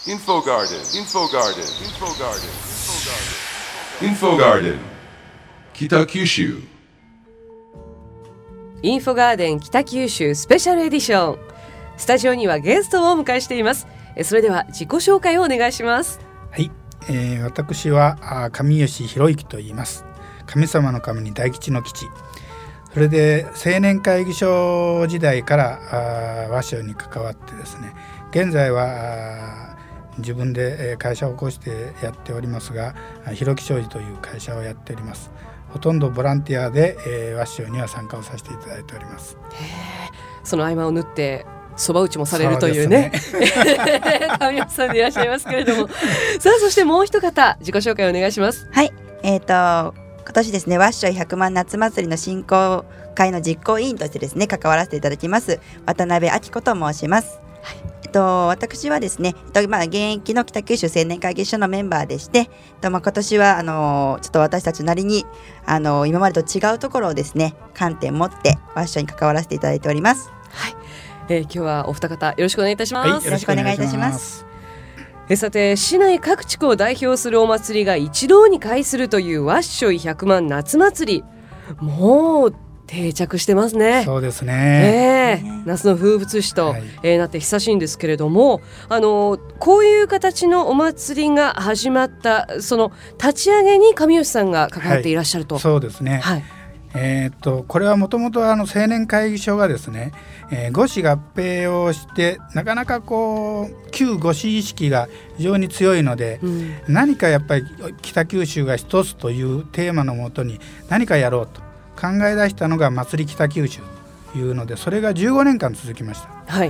Info Garden 北九州インフォガーデン北九州スペシャルエディション。スタジオにはゲストをお迎えしています。それでは自己紹介をお願いします。 はい、私は上吉弘之と言います。神様の神に大吉の吉。それで青年会議所時代から和尚に関わってですね、現在は自分で会社を起こしてやっておりますが、弘樹商事という会社をやっております。ほとんどボランティアで、和尚には参加をさせていただいております。 その合間を縫ってそば打ちもされるというね、神吉さんでいらっしゃいますけれどもさあ、そしてもう一方自己紹介お願いします。 はい、今年ですね、わっしょい100万夏祭りの振興会の実行委員としてですね関わらせていただきます渡辺明子と申します。はい、私はですね、現役の北九州青年会議所のメンバーでして、今年はちょっと私たちなりに今までと違うところをですね観点持ってわっしょいに関わらせていただいております。 はい、今日はお二方よろしくお願いいたします。 はい、よろしくお願いいたします。 さて、市内各地区を代表するお祭りが一堂に会するというわっしょい100万夏祭り、もう定着してますね。 そうですね、 夏の風物詩と、なって久しいんですけれども、こういう形のお祭りが始まったその立ち上げに上吉さんが関わっていらっしゃると。 そうですね、これはもともと青年会議所がですね、五市合併をしてなかなか旧五市意識が非常に強いので、何かやっぱり北九州が一つというテーマのもとに何かやろうと考え出したのが祭り北九州というので、それが15年間続きました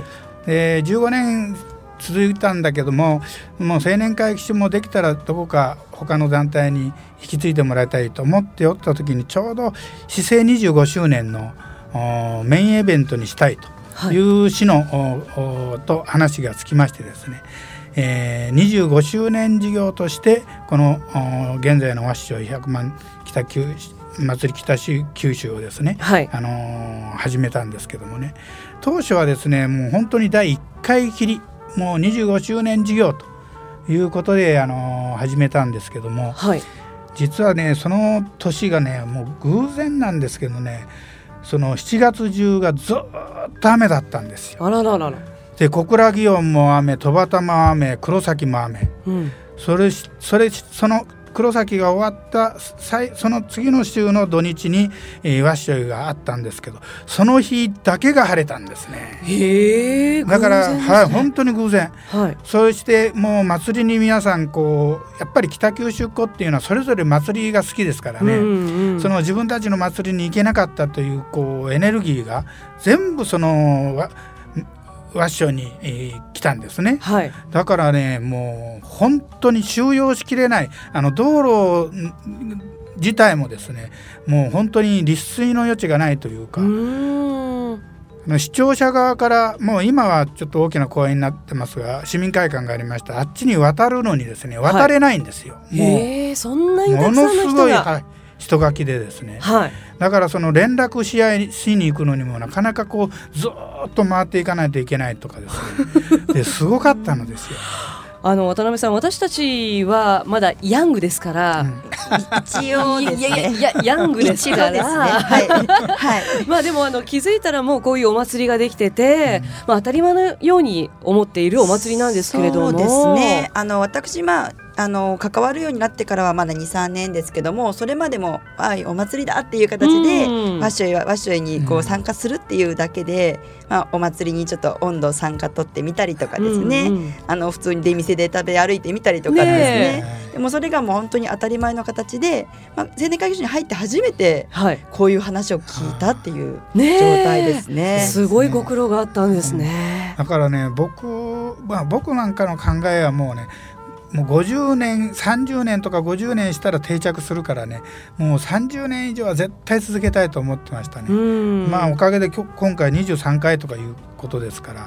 。15年続いたんだけども、もう青年会議所もできたらどこか他の団体に引き継いでもらいたいと思っておった時に、ちょうど市政25周年のメインイベントにしたいという市の、と話がつきましてですね、25周年事業としてこの現在のわっしょい100万北九祭り北九州をですね、始めたんですけどもね、当初はですね、もう本当に第1回きり、もう25周年事業ということで始めたんですけども、実はね、その年がね、もう偶然なんですけどね、その7月中がずっと雨だったんですよ。で、小倉祇園も雨、戸畑も雨、黒崎も雨、その黒崎が終わったその次の週の土日に、わっしょいがあったんですけど、その日だけが晴れたんですね。だから、本当に偶然、そしてもう祭りに皆さんやっぱり北九州っ子っていうのはそれぞれ祭りが好きですからね、その自分たちの祭りに行けなかったというエネルギーが全部そのわっしょいに、来たんですね。だからね、もう本当に収容しきれない道路自体もですね、もう本当に立水の余地がないというか、視聴者側からもう今はちょっと大きな公園になってますが、市民会館がありました。あっちに渡るのにですね、渡れないんですよ。 そんなにたくさんの人が、 ものすごい、人書きでですね、だからその連絡しに行くのにもなかなかずっと回っていかないといけないとかですねですごかったのですよ。 渡辺さん、私たちはまだヤングですから、 一応ですね、 ヤングですからまあでも気づいたらもうこういうお祭りができてて、当たり前のように思っているお祭りなんですけれども。 そうですね、私関わるようになってからはまだ 2,3 年ですけども、それまでもお祭りだっていう形でわっしょいに参加するっていうだけで、お祭りにちょっと温度参加取ってみたりとかですね、普通に出店で食べ歩いてみたりとかですね、でもそれがもう本当に当たり前の形で、青年会議所に入って初めてこういう話を聞いたっていう状態ですね。 すごいご苦労があったんですね。 だからね、僕なんかの考えはもうね、もう50年30年とか50年したら定着するからね、もう30年以上は絶対続けたいと思ってましたね。おかげで今回23回とかいうことですから、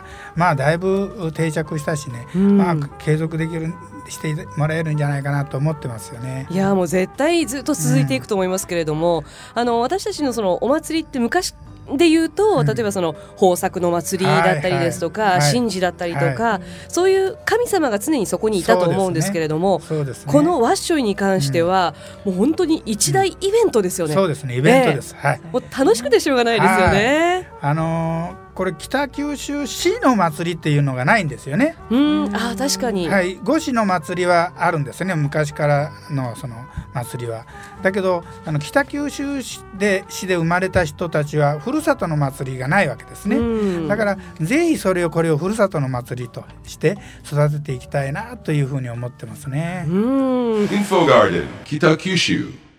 だいぶ定着したしね、継続できるしてもらえるんじゃないかなと思ってますよね。 いや、もう絶対ずっと続いていくと思いますけれども、私たちのそのお祭りって昔で言うと、例えばその豊作の祭りだったりですとか、神事だったりとか、そういう神様が常にそこにいたと思うんですけれども、このワッショイに関しては、もう本当に一大イベントですよね。 そうですね、イベントです。 もう楽しくてしょうがないですよね。 これ北九州市の祭りっていうのがないんですよね。 確かに、 五市の祭りはあるんですね、昔からのその祭りは。だけど北九州市で生まれた人たちはふるさとの祭りがないわけですね。だからぜひこれをふるさとの祭りとして育てていきたいなというふうに思ってますね。 Info Garden 北九州